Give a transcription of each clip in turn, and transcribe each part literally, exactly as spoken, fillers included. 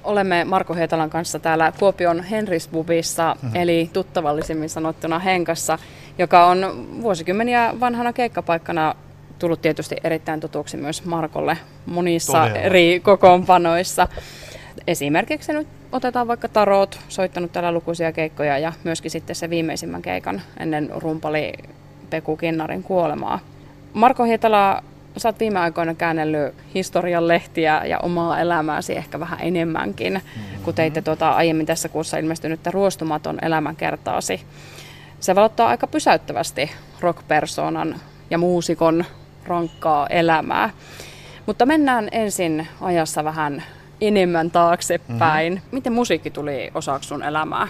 Olemme Marko Hietalan kanssa täällä Kuopion Henrys Pubissa, mm-hmm. eli tuttavallisimmin sanottuna Henkassa, joka on vuosikymmeniä vanhana keikkapaikkana tullut tietysti erittäin tutuksi myös Markolle monissa Todella. eri kokoonpanoissa. Esimerkiksi nyt otetaan vaikka tarot, soittanut täällä lukuisia keikkoja ja myöskin sitten se viimeisimmän keikan ennen rumpali Peku Kinnarin kuolemaa. Marko Hietala, sä oot viime aikoina käännellyt historian lehtiä ja omaa elämääsi ehkä vähän enemmänkin, mm-hmm. kun teitte tuota aiemmin tässä kuussa ilmestynyttä Ruostumaton elämänkertaasi. Se valottaa aika pysäyttävästi rock-persoonan ja muusikon rankkaa elämää. Mutta mennään ensin ajassa vähän enemmän taaksepäin. Mm-hmm. Miten musiikki tuli osaksi sun elämää?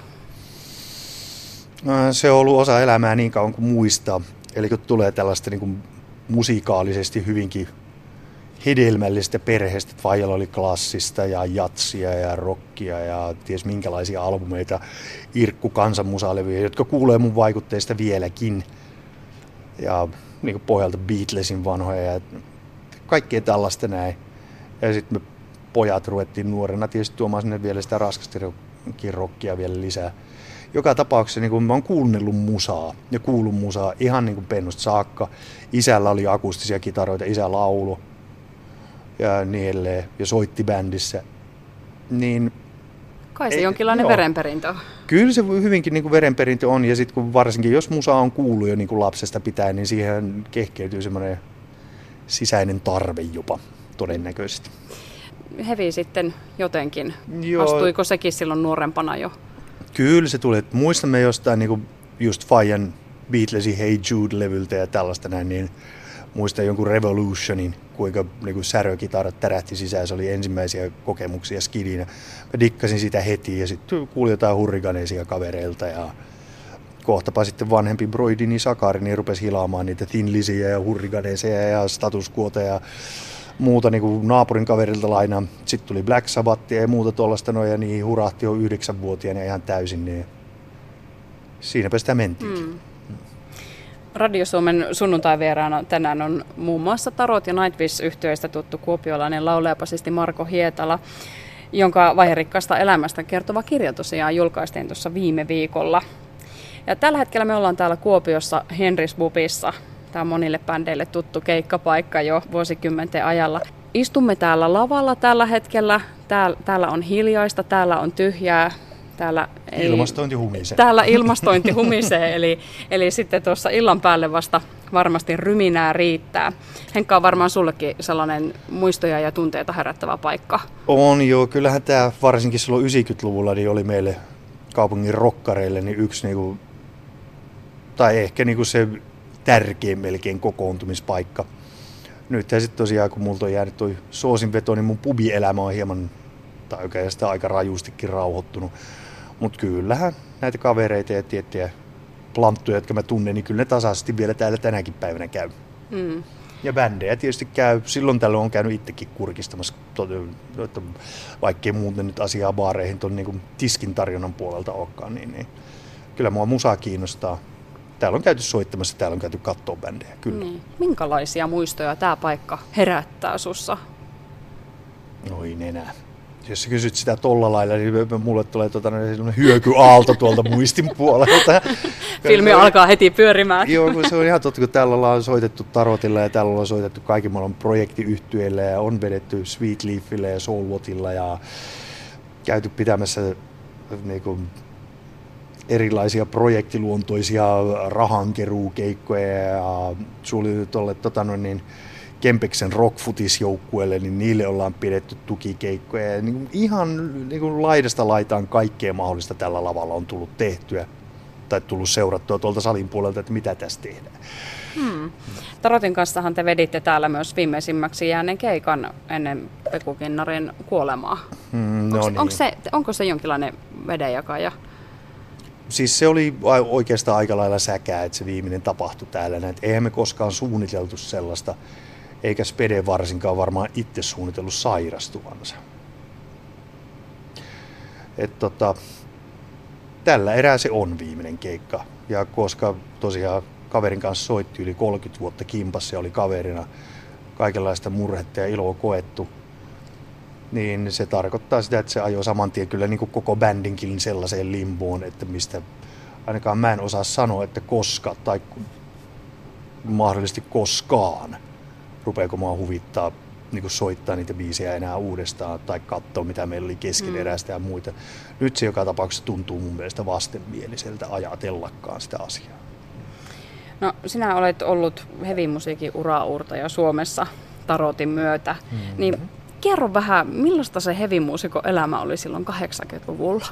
Se on ollut osa elämää niin kauan kuin muistaa. Eli kun tulee tällaista niin kuin musikaalisesti hyvinkin hedelmällistä perheestä. Faijalla oli klassista ja jatsia ja rockia ja ties minkälaisia albumeita, Irkku kansanmusalevyjä, jotka kuulee mun vaikutteista vieläkin. Ja niin kuin pohjalta Beatlesin vanhoja ja kaikkea tällaista näin. Ja sitten me pojat ruvettiin nuorena tietysti tuomaan sinne vielä sitä raskastikin rockia vielä lisää. Joka tapauksessa niin kun mä oon kuunnellut musaa ja kuullut musaa ihan niin kuin pennusta saakka. Isällä oli akustisia kitaroita, isä laulu ja niin edelleen, ja soitti bändissä. Niin, kai se ei, jonkinlainen joo. verenperintö on. Kyllä se hyvinkin niin kuin verenperintö on, ja sitten kun varsinkin jos musa on kuullut jo niin kuin lapsesta pitäen, niin siihen kehkeytyy semmoinen sisäinen tarve jopa todennäköisesti. Hevi sitten jotenkin. Joo. Astuiko sekin silloin nuorempana jo? Kyllä se tuli. Muistamme jostain niin kuin just Fajan Beatlesin Hey Jude-levyltä ja tällaista näin, niin muistan jonkun Revolutionin, kuinka niin kuin särökitarat tärähti sisään. Se oli ensimmäisiä kokemuksia skidinä. Mä dikkasin sitä heti ja sitten kuulin jotain hurriganeisia kavereilta ja kohtapa sitten vanhempi Broidini Sakari niin rupesi hilaamaan niitä Thin Lizzyjä ja hurriganeisia ja Status Quota ja muuta niin kuin naapurin kaverilta lainaa. Sitten tuli Black Sabbathia ja muuta tuollaista noin ja niin hurahti jo yhdeksänvuotiaana ihan täysin. Niin siinäpä sitä mentiin. Mm. Radio Suomen sunnuntaivieraana tänään on muun muassa Tarot ja Nightwish-yhtyeistä tuttu kuopiolainen laulaja-basisti Marko Hietala, jonka vaiherikkaasta elämästä kertova kirja tosiaan julkaistiin tuossa viime viikolla. Ja tällä hetkellä me ollaan täällä Kuopiossa Henrys Pubissa. Tämä on monille bändeille tuttu keikkapaikka jo vuosikymmenten ajalla. Istumme täällä lavalla tällä hetkellä. Täällä, täällä on hiljaista, täällä on tyhjää. Täällä ei, ilmastointi humisee. Täällä ilmastointi humisee, eli, eli sitten tuossa illan päälle vasta varmasti ryminää riittää. Henkka on varmaan sullekin sellainen muistoja ja tunteita herättävä paikka. On joo, kyllähän tämä varsinkin silloin yhdeksänkymmentäluvulla niin oli meille kaupungin rokkareille niin yksi, niinku, tai ehkä niinku se tärkein melkein kokoontumispaikka. Nyt sitten tosiaan, kun multa on jäänyt toi soosinveto, niin mun pubielämä on hieman, tai oikeastaan aika rajustikin rauhoittunut. Mutta kyllähän näitä kavereita ja tiettyjä planttuja, jotka mä tunnen, niin kyllä ne tasaisesti vielä täällä tänäkin päivänä käy. Mm. Ja bändejä tietysti käy. Silloin tällöin on käynyt itsekin kurkistamassa, vaikkei muuten nyt asiaa baareihin tuon niin tiskin tarjonnan puolelta olekaan. Niin, niin. Kyllä mua musaa kiinnostaa. Täällä on käyty soittamassa, täällä on käyty kattoo bändejä, kyllä. Niin. Minkälaisia muistoja tämä paikka herättää sussa? Oi nenä. Jos sä kysyt sitä tolla lailla, niin mulle tulee tota, hyökyaalto tuolta muistin puolelta. Filmi on, alkaa heti pyörimään. Joo, kun se on ihan totta, kun täällä ollaan soitettu Tarotilla ja täällä ollaan soitettu kaikki maailman projektiyhtyeillä ja on vedetty Sweet Leafillä ja Soulwatilla ja käyty pitämässä niin kuin, erilaisia projektiluontoisia rahankeruukeikkoja ja suuli tuolle tota, no, niin, Kempeksen rockfutisjoukkueelle, niin niille ollaan pidetty tukikeikkoja. Ja niin ihan niin kuin laidasta laitaan kaikkea mahdollista tällä lavalla on tullut tehtyä tai tullut seurattua tuolta salin puolelta, että mitä tässä tehdään. Hmm. Tarotin kanssahan te veditte täällä myös viimeisimmäksi jääneen keikan ennen Peku Kinnarin kuolemaa. Hmm, no onko, niin. onko, se, onko se jonkinlainen vedenjakaja? Siis se oli oikeastaan aika lailla säkää, että se viimeinen tapahtui täällä. Et eihän me koskaan suunniteltu sellaista, eikä Spede varsinkaan varmaan itse suunnitellut sairastuvansa. Et tota, tällä erää se on viimeinen keikka. Ja koska tosiaan kaverin kanssa soitti yli kolmekymmentä vuotta kimpassa ja oli kaverina, kaikenlaista murhetta ja iloa koettu, niin se tarkoittaa sitä, että se ajoi saman tien kyllä niin kuin koko bändinkin sellaiseen limboon, että mistä ainakaan mä en osaa sanoa, että koska tai mahdollisesti koskaan rupeako mua huvittaa niin kuin soittaa niitä biisejä enää uudestaan tai katsoa mitä meillä oli keskeneräistä mm. ja muita. Nyt se joka tapauksessa tuntuu mun mielestä vastenmieliseltä ajatellakaan sitä asiaa. No sinä olet ollut heavy-musiikin uraurtaja Suomessa Tarotin myötä, mm-hmm. niin kerro vähän, millaista se heavy-muusikon elämä oli silloin kahdeksankymmentäluvulla?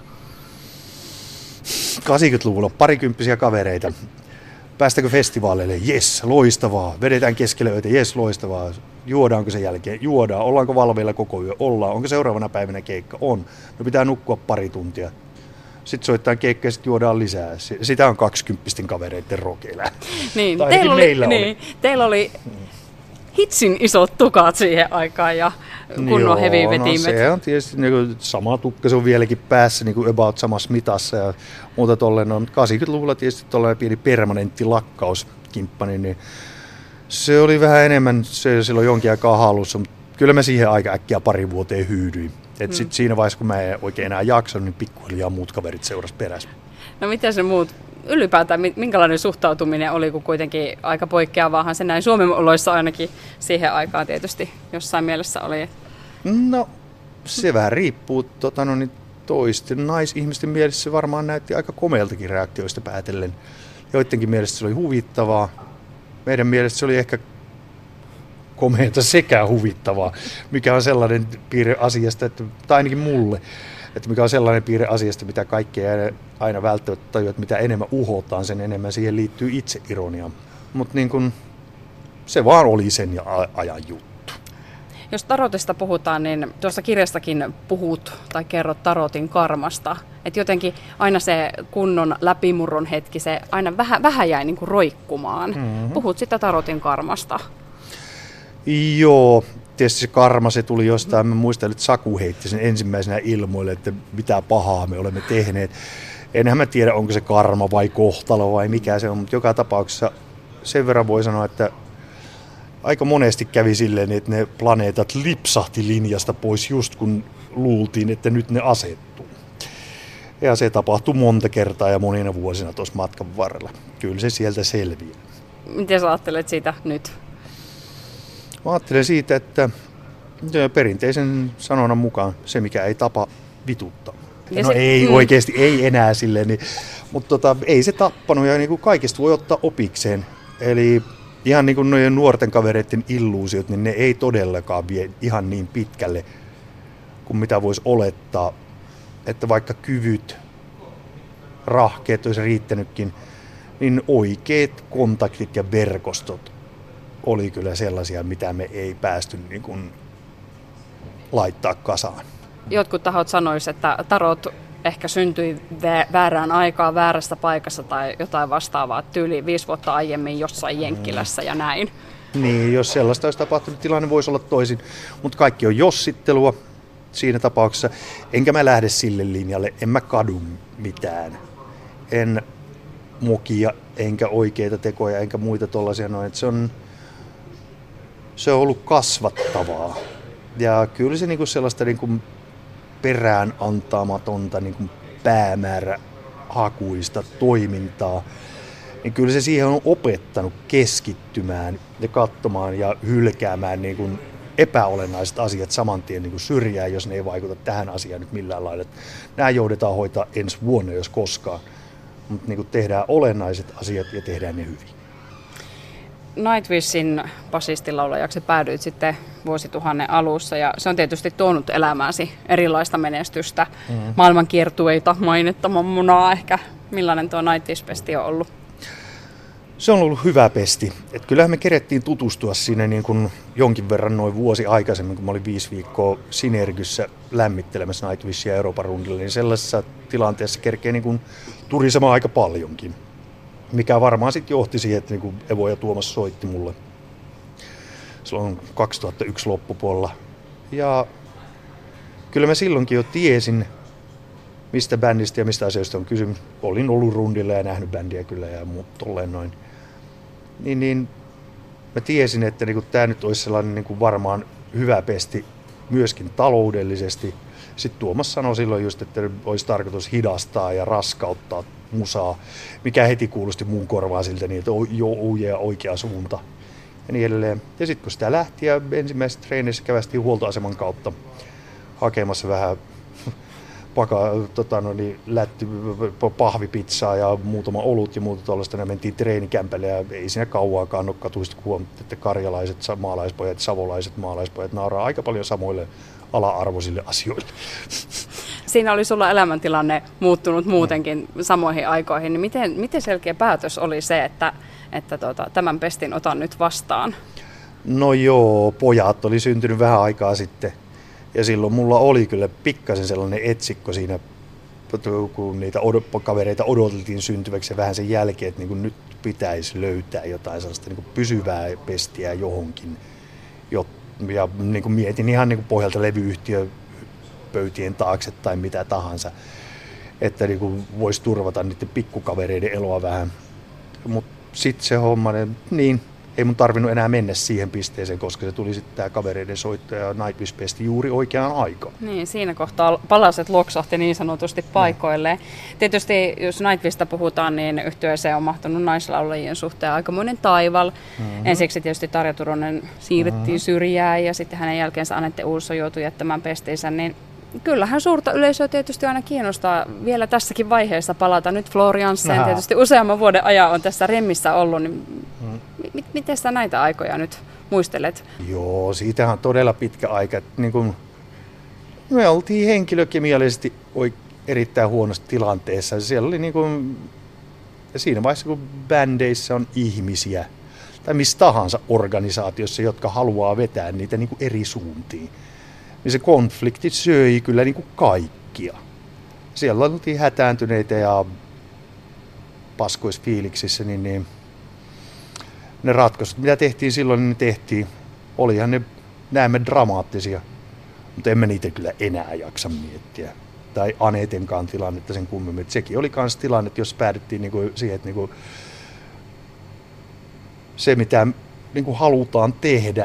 kahdeksankymmentäluvulla parikymppisiä kavereita. Päästäkö festivaaleille? Jes, loistavaa. Vedetään keskelle öitä? Jes, loistavaa. Juodaanko sen jälkeen? Juodaan. Ollaanko valveilla koko yö? Ollaan. Onko seuraavana päivänä keikka? On. No pitää nukkua pari tuntia. Sitten soittaa keikka ja sitten juodaan lisää. Sitä on kaksikymppisten kavereiden rock-elä. Niin, teillä oli, meillä niin, oli. Teillä oli hitsin isot tukat siihen aikaan ja kunnon heavy-vetimet. No se on tietysti niin sama tukka, se on vieläkin päässä niin kuin about samassa mitassa ja muuta tolleen. No, kahdeksankymmentäluvulla tietysti tollainen pieni permanentti lakkauskimppa, niin, niin se oli vähän enemmän, se silloin jonkin aikaa halussa, mutta kyllä mä siihen aika äkkiä pari vuoteen hyydyin. Et hmm. sit siinä vaiheessa, kun mä en oikein enää jaksanut, niin pikkuhiljaa muut kaverit seurasi perässä. No miten se muut, ylipäätään minkälainen suhtautuminen oli, kun kuitenkin aika poikkeavaahan se näin Suomen oloissa ainakin siihen aikaan tietysti jossain mielessä oli? No se vähän riippuu tota, no, niin toisten naisihmisten mielessä se varmaan näytti aika komealtakin reaktioista päätellen. Joidenkin mielestä se oli huvittavaa, meidän mielestä se oli ehkä komeata sekä huvittavaa, mikä on sellainen piirre asiasta, että, tai ainakin mulle, että mikä on sellainen piirre asiasta, mitä kaikki ei aina välttämättä tajua, että mitä enemmän uhotaan, sen enemmän siihen liittyy itseironia. Mutta niin kun, se vaan oli sen ja ajan juttu. Jos tarotista puhutaan, niin tuossa kirjastakin puhut tai kerrot tarotin karmasta. Että jotenkin aina se kunnon läpimurron hetki, se aina vähän, vähän jäi niin kuin roikkumaan. Mm-hmm. Puhut sitä tarotin karmasta. Joo, tietysti se karma, se tuli jostain. Mä muistan, että Saku heitti sen ensimmäisenä ilmoille, että mitä pahaa me olemme tehneet. Enhän mä tiedä, onko se karma vai kohtalo vai mikä se on, mutta joka tapauksessa sen verran voi sanoa, että aika monesti kävi silleen, että ne planeetat lipsahti linjasta pois just kun luultiin, että nyt ne asettuu. Ja se tapahtui monta kertaa ja monina vuosina tuossa matkan varrella. Kyllä se sieltä selviää. Miten sä ajattelet siitä nyt? Mä ajattelen siitä, että perinteisen sanonnan mukaan se, mikä ei tapa, vituttaa. Ja no se, ei mm. oikeasti, ei enää silleen, niin, mutta tota, ei se tappanut ja niin kuin kaikesta voi ottaa opikseen. Eli ihan niin kuin noiden nuorten kavereiden illuusiot, niin ne ei todellakaan vie ihan niin pitkälle kuin mitä voisi olettaa. Että vaikka kyvyt, rahkeet olisi riittänytkin, niin oikeat kontaktit ja verkostot oli kyllä sellaisia, mitä me ei päästy niin kuin laittaa kasaan. Jotkut tahot sanoisivat, että tarot ehkä syntyi väärään aikaan, väärässä paikassa tai jotain vastaavaa, tyyli viisi vuotta aiemmin jossain Jenkkilässä ja näin. Niin, jos sellaista olisi tapahtunut, tilanne voisi olla toisin, mutta kaikki on jossittelua siinä tapauksessa. Enkä mä lähde sille linjalle, en mä kadu mitään. En mokia, enkä oikeita tekoja, enkä muita tollaisia noin. Se on, se on ollut kasvattavaa. Ja kyllä se niinku sellaista niinku perään antamatonta niinku päämäärähakuista toimintaa, niin kyllä se siihen on opettanut keskittymään ja katsomaan ja hylkäämään niinku epäolennaiset asiat saman tien niinku syrjään, jos ne ei vaikuta tähän asiaan nyt millään lailla. Nämä joudetaan hoitaa ensi vuonna, jos koskaan. Mutta niinku tehdään olennaiset asiat ja tehdään ne hyvin. Nightwishin basistilaulajaksi päädyit sitten vuosituhannen alussa ja se on tietysti tuonut elämääsi erilaista menestystä, mm-hmm. maailmankiertueita, mainetta, mammonaa ehkä. Millainen tuo Nightwish-pesti on ollut? Se on ollut hyvä pesti. Et kyllähän me kerettiin tutustua siinä niin kuin jonkin verran noin vuosi aikaisemmin, kun mä olin viisi viikkoa Sinergyssä lämmittelemässä Nightwishia Euroopan rundilla, niin sellaisessa tilanteessa kerkee niin kuin turisemaan aika paljonkin. Mikä varmaan sitten johti siihen, että niin Evo ja Tuomas soitti mulle silloin kaksituhattayksi loppupuolella. Ja kyllä mä silloinkin jo tiesin, mistä bändistä ja mistä asioista on kysymys. Olin ollut rundilla ja nähnyt bändiä kyllä ja muut tolleen noin. Niin, niin mä tiesin, että niin tämä nyt olisi sellainen niin varmaan hyvä pesti myöskin taloudellisesti. Sitten Tuomas sanoi silloin just, että olisi tarkoitus hidastaa ja raskauttaa musaa, mikä heti kuulosti mun korvaan siltä niin, että joo, ja oikea suunta. Ja niin edelleen. Ja sitten kun sitä lähti ja ensimmäisessä treenissä kävästiin huoltoaseman kautta hakemassa vähän paka, tota, no niin, lätty, pahvipizzaa ja muutama olut ja muuta tuollaista. Ja mentiin treenikämpälle ja ei siinä kauaakaan ole katuista, kun huomattiin, että karjalaiset, maalaispojat, savolaiset maalaispojat nauraa aika paljon samoille ala-arvoisille asioille. Siinä oli sulla elämäntilanne muuttunut muutenkin samoihin aikoihin. Niin miten, miten selkeä päätös oli se, että, että tota, tämän pestin otan nyt vastaan? No joo, pojat oli syntynyt vähän aikaa sitten. Ja silloin mulla oli kyllä pikkasen sellainen etsikko siinä, kun niitä odot- kavereita odoteltiin syntyväksi ja vähän sen jälkeen, että niin kuin nyt pitäisi löytää jotain sellaista niin kuin pysyvää pestiä johonkin. Ja niin kuin mietin ihan niin kuin pohjalta levyyhtiöpöytien taakse tai mitä tahansa, että niin kuin voisi turvata niiden pikkukavereiden eloa vähän. Mutta sitten se homma, niin ei mun tarvinnut enää mennä siihen pisteeseen, koska se tuli sitten tämä kavereiden soitto ja Nightwish pesti juuri oikeaan aikaan. Niin, siinä kohtaa palaset loksahti niin sanotusti paikoilleen. No. Tietysti jos Nightwishista puhutaan, niin yhtyeeseen on mahtunut naislaulajien suhteen aikamoinen taival. Mm-hmm. Ensiksi tietysti Tarja Turunen siirrettiin mm-hmm. syrjään ja sitten hänen jälkeensä Anette Uusso joutui jättämään pestinsä, niin kyllähän suurta yleisöä tietysti aina kiinnostaa vielä tässäkin vaiheessa palata. Nyt Floriansen tietysti useamman vuoden ajan on tässä remmissä ollut, niin hmm. m- miten sä näitä aikoja nyt muistelet? Joo, siitähän on todella pitkä aika. Niin kun me oltiin henkilökemiallisesti erittäin huonossa tilanteessa. Siellä oli niin kun, siinä vaiheessa, kun bändeissä on ihmisiä tai missä tahansa organisaatiossa, jotka haluaa vetää niitä niin kun eri suuntiin, niin se konflikti söi kyllä niin kuin kaikkia. Siellä oltiin hätääntyneitä ja paskoisfiiliksissä, niin, niin ne ratkaisut, mitä tehtiin silloin, niin ne tehtiin. Olihan ne näemme dramaattisia, mutta emme niitä kyllä enää jaksa miettiä. Tai Anetenkaan tilannetta sen kummemmin. Sekin oli myös tilanne, jos päädyttiin niin kuin siihen, että niin kuin se mitä niin kuin halutaan tehdä,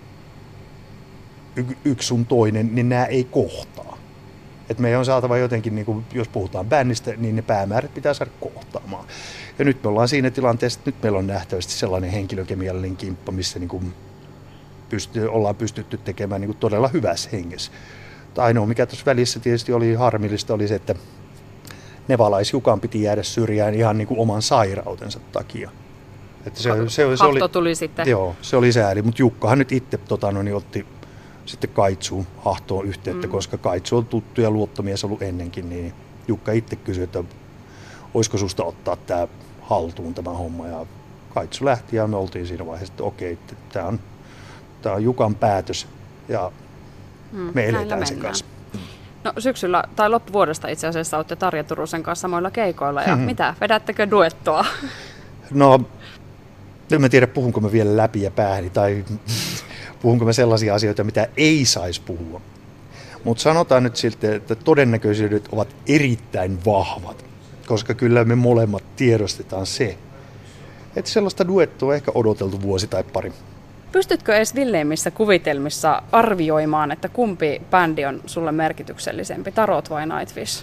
yksi sun toinen, niin nämä ei kohtaa. Et meidän on saatava jotenkin, niin kuin, jos puhutaan bändistä, niin ne päämäärät pitää saada kohtaamaan. Ja nyt me ollaan siinä tilanteessa, että nyt meillä on nähtävästi sellainen henkilökemiallinen kimppa, missä niin kuin pysty, ollaan pystytty tekemään niin kuin todella hyvässä hengessä. Ainoa, mikä tuossa välissä tietysti oli harmillista, oli se, että Nevalais Jukan piti jäädä syrjään ihan niin kuin oman sairautensa takia. Että se, se, se, se oli, tuli sitten. Joo, se oli sääli, mutta Jukkahan nyt itse tota, no, niin otti sitten Kaitsuun hahtoon yhteyttä, mm. koska Kaitsu on tuttu ja luottomies ollut ennenkin, niin Jukka itse kysyi, että olisiko susta ottaa tämä haltuun tämä homma, ja Kaitsu lähti ja me oltiin siinä vaiheessa, että okei, että tämä on, tämä on Jukan päätös ja mm, me eletään sen kanssa. No syksyllä tai loppuvuodesta itse asiassa olette Tarja Turusen kanssa samoilla keikoilla, ja mm-hmm. mitä, vedättekö duettoa? No, en mä tiedä puhunko mä vielä läpi ja päähäni tai puhunko mä sellaisia asioita, mitä ei saisi puhua. Mutta sanotaan nyt siltä, että todennäköisyydet ovat erittäin vahvat, koska kyllä me molemmat tiedostetaan se, että sellaista duettoa on ehkä odoteltu vuosi tai pari. Pystytkö edes villeimmissä kuvitelmissa arvioimaan, että kumpi bändi on sulle merkityksellisempi, Tarot vai Nightwish?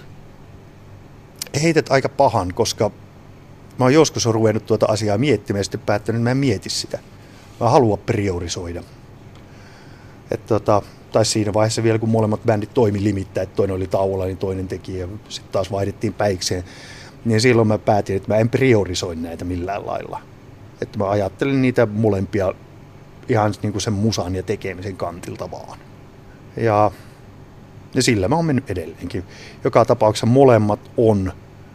Heität aika pahan, koska mä oon joskus ruvennut tuota asiaa miettimään ja sitten päättänyt, että mä en mieti sitä. Mä haluan priorisoida. Et tota, tai siinä vaiheessa vielä, kun molemmat bändit toimi limittäin, että toinen oli tauolla, niin toinen teki ja sitten taas vaihdettiin päikseen, niin silloin mä päätin, että mä en priorisoi näitä millään lailla. Että mä ajattelin niitä molempia ihan niin kuin sen musan ja tekemisen kantilta vaan. Ja, ja sillä mä oon mennyt edelleenkin. Joka tapauksessa molemmat on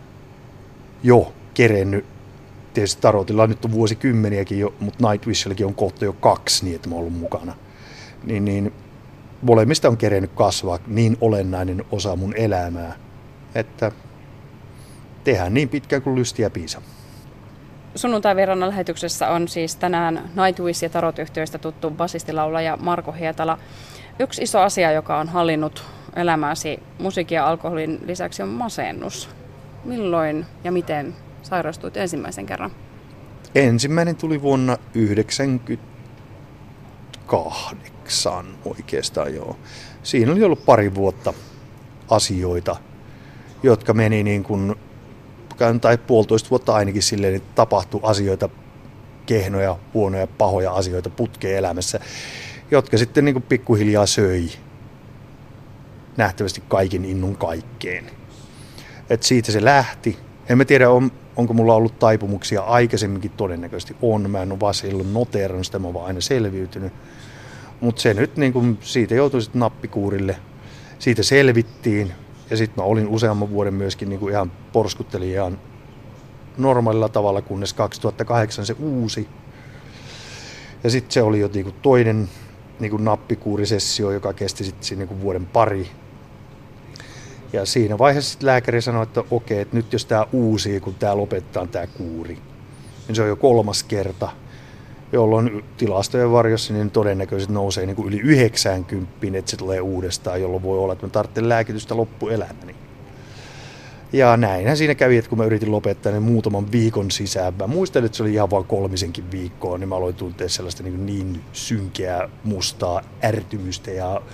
jo kerennyt. Tietysti Tarotilla nyt on vuosikymmeniäkin jo, mutta Nightwishillakin on kohta jo kaksi, niin että mä oon ollut mukana. Niin, niin molemmista on kerennyt kasvaa niin olennainen osa mun elämää, että tehdään niin pitkään kuin lystiä piisaa. Sunnuntai-vierannan lähetyksessä on siis tänään Nightwish ja Tarot-yhtiöistä tuttu basistilaulaja Marko Hietala. Yksi iso asia, joka on hallinnut elämääsi musiikin ja alkoholin lisäksi, on masennus. Milloin ja miten sairastuit ensimmäisen kerran? Ensimmäinen tuli vuonna yhdeksänkymmentäkaksi kahdeksan oikeastaan, joo. Siinä oli ollut pari vuotta asioita, jotka meni niin kuin, tai puolitoista vuotta ainakin silleen, että tapahtui asioita, kehnoja, huonoja, pahoja asioita putkeen elämässä, jotka sitten niin kuin pikkuhiljaa söi nähtävästi kaikin innun kaikkeen. Et siitä se lähti. En mä tiedä, on, onko mulla ollut taipumuksia aikaisemminkin, todennäköisesti on. Mä en ole vaan silloin noteerannut sitä, mä oon vaan aina selviytynyt. Mutta se nyt, niin kun siitä joutui sitten nappikuurille. Siitä selvittiin ja sitten mä olin useamman vuoden myöskin niin kuin ihan porskuttelin ihan normaalilla tavalla, kunnes kaksituhattakahdeksan se uusi. Ja sitten se oli jo niin kuin toinen niin kuin nappikuurisessio, joka kesti sitten niin kuin vuoden pari. Ja siinä vaiheessa lääkäri sanoi, että okei, että nyt jos tämä uusii, kun tämä lopettaa tämä kuuri, niin se on jo kolmas kerta, jolloin tilastojen varjossa niin todennäköisesti nousee niin kuin yli yhdeksänkymmentä, että se tulee uudestaan, jolloin voi olla, että mä tarvitsen lääkitystä loppuelämäni. Ja näinhän siinä kävi, että kun mä yritin lopettaa niin muutaman viikon sisään, mä muistan, että se oli ihan vain kolmisenkin viikkoa, niin mä aloin tuntea sellaista niin, niin synkeää, mustaa ärtymystä ja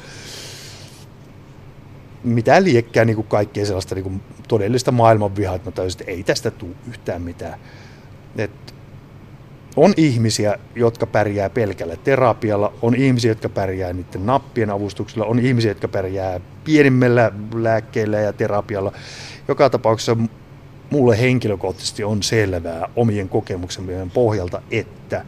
mitään liekkää niin kuin kaikkea sellaista niin kuin todellista maailmanvihaa, että mä tajusin, että ei tästä tule yhtään mitään. Et on ihmisiä, jotka pärjää pelkällä terapialla, on ihmisiä, jotka pärjää niiden nappien avustuksella, on ihmisiä, jotka pärjää pienimmällä lääkkeillä ja terapialla. Joka tapauksessa mulle henkilökohtaisesti on selvää omien kokemuksien pohjalta, että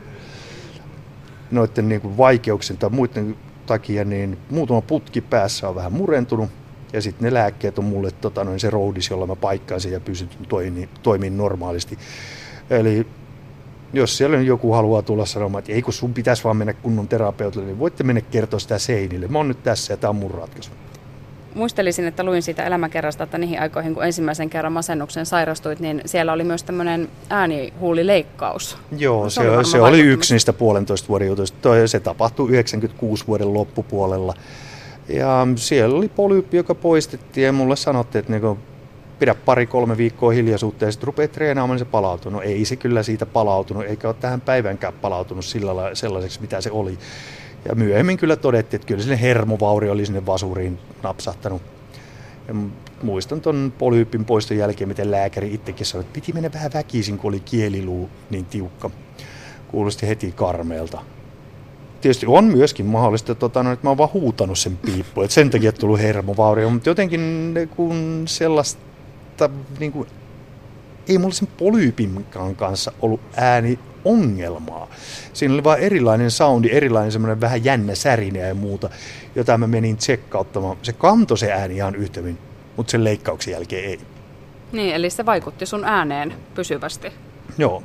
noiden niin kuin vaikeuksien tai muiden takia niin muutama putki päässä on vähän murentunut. Ja sitten ne lääkkeet on mulle tota, noin se roudis, jolla mä paikkaan sen ja pysyn toimimaan normaalisti. Eli jos siellä joku haluaa tulla sanomaan, että ei kun sun pitäisi vaan mennä kunnon terapeutille, niin voitte mennä kertoa sitä seinille. Mä oon nyt tässä ja tää on mun ratkaisu. Muistelisin, että luin siitä elämäkerrasta, että niihin aikoihin, kun ensimmäisen kerran masennuksen sairastuit, niin siellä oli myös tämmöinen äänihuulileikkaus. Joo, no, se, se, se oli yksi niistä puolentoista vuoden jutuista. Se tapahtui yhdeksänkymmentäkuusi vuoden loppupuolella. Ja siellä oli polyyppi, joka poistettiin ja mulle sanottiin, että niinku, pidä pari-kolme viikkoa hiljaisuutta ja sitten rupeat treenaamaan, niin se palautuu. No ei se kyllä siitä palautunut, eikä ole tähän päivänkään palautunut sillä lailla, sellaiseksi, mitä se oli. Ja myöhemmin kyllä todettiin, että kyllä sinne hermovaurio oli sinne vasuriin napsahtanut. Ja muistan tuon polyyppin poiston jälkeen, miten lääkäri itsekin sanoi, että piti mennä vähän väkisin, kun oli kieliluu niin tiukka. Kuulosti heti karmeelta. Tietysti on myöskin mahdollista, että, tota, että mä oon vaan huutanut sen piippuun, että sen takia tullut hermovaurio, mutta jotenkin kun sellaista, niin kuin, ei mulla sen polyypinkaan kanssa ollut ääniongelmaa. Siinä oli vaan erilainen soundi, erilainen semmoinen vähän jännä särinä ja muuta, jota mä menin tsekkauttamaan. Se kantoi se ääni ihan yhtämin, mutta sen leikkauksen jälkeen ei. Niin, eli se vaikutti sun ääneen pysyvästi. Joo,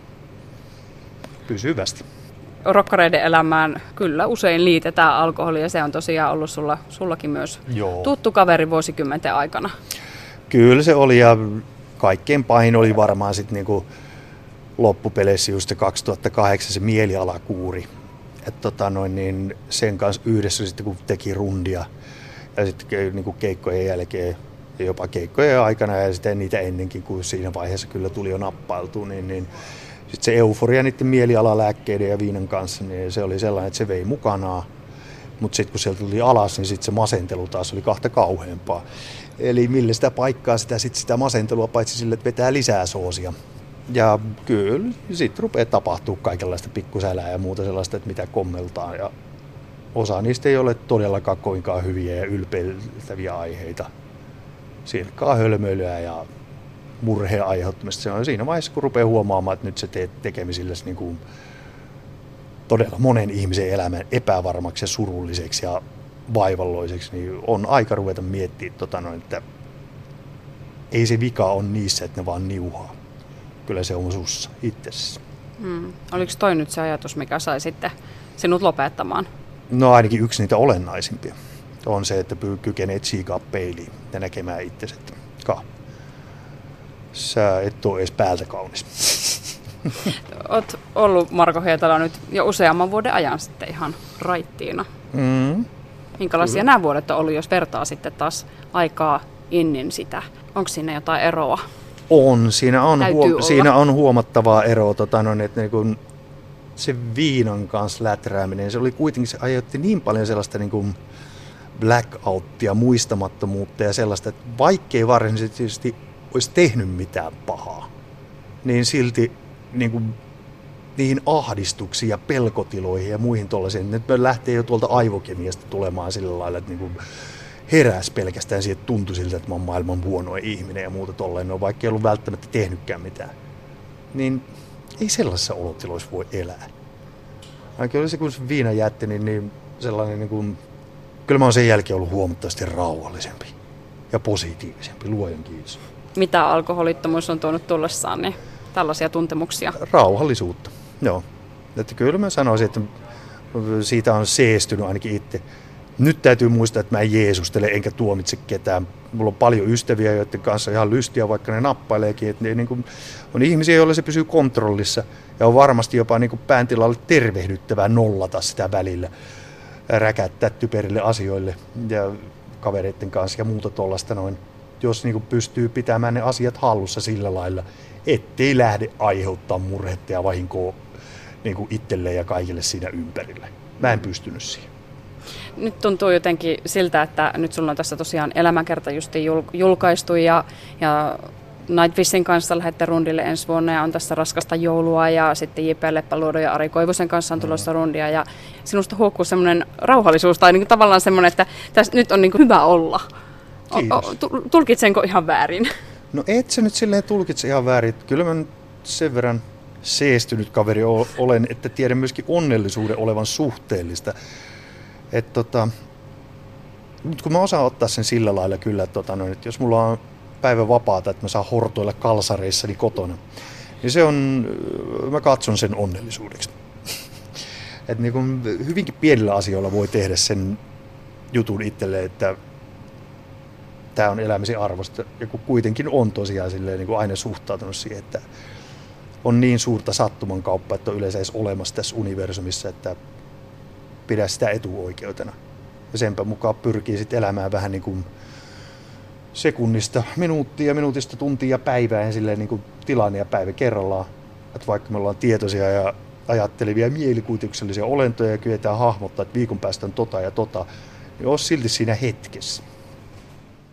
pysyvästi. Rokkareiden elämään kyllä usein liitetään alkoholia ja se on tosiaan ollut sulla, sullakin myös Joo. tuttu kaveri vuosikymmenten aikana. Kyllä se oli ja kaikkein pahin oli varmaan sitten niinku loppupeleissä just se kaksituhattakahdeksan se mielialakuuri. Et tota noin, niin sen kanssa yhdessä sitten kun teki rundia ja sitten niinku keikkojen jälkeen ja jopa keikkojen aikana ja sitten niitä ennenkin, kun siinä vaiheessa kyllä tuli jo nappailtua, niin, niin sitten se euforia niiden mielialalääkkeiden ja viinan kanssa, niin se oli sellainen, että se vei mukanaan. Mutta sitten kun sieltä tuli alas, niin sitten se masentelu taas oli kahta kauheampaa. Eli millä sitä paikkaa sitä, sit sitä masentelua, paitsi sille, että vetää lisää soosia. Ja kyllä, sitten rupeaa tapahtuu kaikenlaista pikkusälää ja muuta sellaista, että mitä kommeltaan. Ja osa niistä ei ole todellakaan kovinkaan hyviä ja ylpeiltäviä aiheita. Silkkaa hölmöilyä ja murheen aiheuttamista. Se on siinä vaiheessa, kun rupeaa huomaamaan, että nyt sä teet tekemisillesi niin kuin todella monen ihmisen elämän epävarmaksi ja surulliseksi ja vaivalloiseksi, niin on aika ruveta miettimään, tota noin, että ei se vika on niissä, että ne vaan niuhaa. Kyllä se on sussa itsessä. Hmm. Oliko toi nyt se ajatus, mikä sai sitten sinut lopettamaan? No ainakin yksi niitä olennaisimpia on se, että kykenee tsiikaa peiliin ja näkemään itsesi, että ka, sä et ole edes päältä kaunis. Oot ollut Marko Hietala nyt jo useamman vuoden ajan sitten ihan raittiina. Mm. Minkälaisia Kyllä. nämä vuodet on ollut, jos vertaa sitten taas aikaa ennen sitä? Onko siinä jotain eroa? On. Siinä on, huom- siinä on huomattavaa eroa. Tota, noin, että niin kun se viinan kanssa läträäminen, se oli kuitenkin, se aiheutti niin paljon sellaista niin kuin blackouttia, muistamattomuutta ja sellaista, että vaikkei varsinaisesti olisi tehnyt mitään pahaa, niin silti niin kuin, niihin ahdistuksiin ja pelkotiloihin ja muihin tuollaisiin, nyt lähtee jo tuolta aivokemiasta tulemaan sillä lailla, että niin kuin heräsi pelkästään siihen, että tuntui siltä, että mä oon maailman huonoin ihminen ja muuta tolleen, no vaikka ei ollut välttämättä tehnytkään mitään. Niin ei sellaisessa olotiloissa voi elää. Ainakin oli se, kun se viina jätti, niin, niin sellainen niin kuin, kyllä mä oon sen jälkeen ollut huomattavasti rauhallisempi ja positiivisempi, luojan kiitos. Mitä alkoholittomuus on tuonut tullessaan, niin tällaisia tuntemuksia? Rauhallisuutta, joo. Että kyllä mä sanoisin, että siitä on seestynyt ainakin itse. Nyt täytyy muistaa, että mä en jeesustele enkä tuomitse ketään. Mulla on paljon ystäviä, joiden kanssa ihan lystiä, vaikka ne nappaileekin. Että ne, niin kuin, on ihmisiä, joilla se pysyy kontrollissa ja on varmasti jopa niin kuin pään tilalle tervehdyttävää nollata sitä välillä, räkättää typerille asioille ja kavereiden kanssa ja muuta tuollaista noin. Jos niin kuin pystyy pitämään ne asiat hallussa sillä lailla, ettei lähde aiheuttaa murhetta ja vahinkoa niin kuin itselleen ja kaikille siinä ympärillä. Mä en pystynyt siihen. Nyt tuntuu jotenkin siltä, että nyt sulla on tässä tosiaan elämäkerta justiin julkaistu ja, ja Nightwishin kanssa lähdette rundille ensi vuonna ja on tässä Raskasta joulua ja sitten J P Leppäluodon ja Ari Koivusen kanssa on tulossa rundia ja sinusta huokkuu semmoinen rauhallisuus tai niin kuin tavallaan semmoinen, että tässä nyt on niin kuin hyvä olla. Kiitos. Tulkitsenko ihan väärin? No et sä nyt silleen tulkitse ihan väärin. Kyllä mä sen verran seestynyt kaveri olen, että tiedän myöskin onnellisuuden olevan suhteellista. Et tota, mutta kun mä osaan ottaa sen sillä lailla kyllä, että, tota, no, että jos mulla on päivä vapaata, että mä saan hortoilla kalsareissani kotona, niin se on, mä katson sen onnellisuudeksi. Et niin kun hyvinkin pienillä asioilla voi tehdä sen jutun itselle, että tämä on elämisen arvosta, ja kun kuitenkin on tosiaan silleen, niin kuin aina suhtautunut siihen, että on niin suurta sattumankauppaa, että on yleensä edes olemassa tässä universumissa, että pidä sitä etuoikeutena. Ja senpä mukaan pyrkii sitten elämään vähän niin kuin sekunnista minuuttia, minuutista tuntia ja päivää ja silleen niin kuin tilanne ja päivä kerrallaan. Että vaikka me ollaan tietoisia ja ajattelevia mielikuvituksellisia olentoja ja kyetään hahmottaa, että viikon päästä on tota ja tota, niin oot silti siinä hetkessä.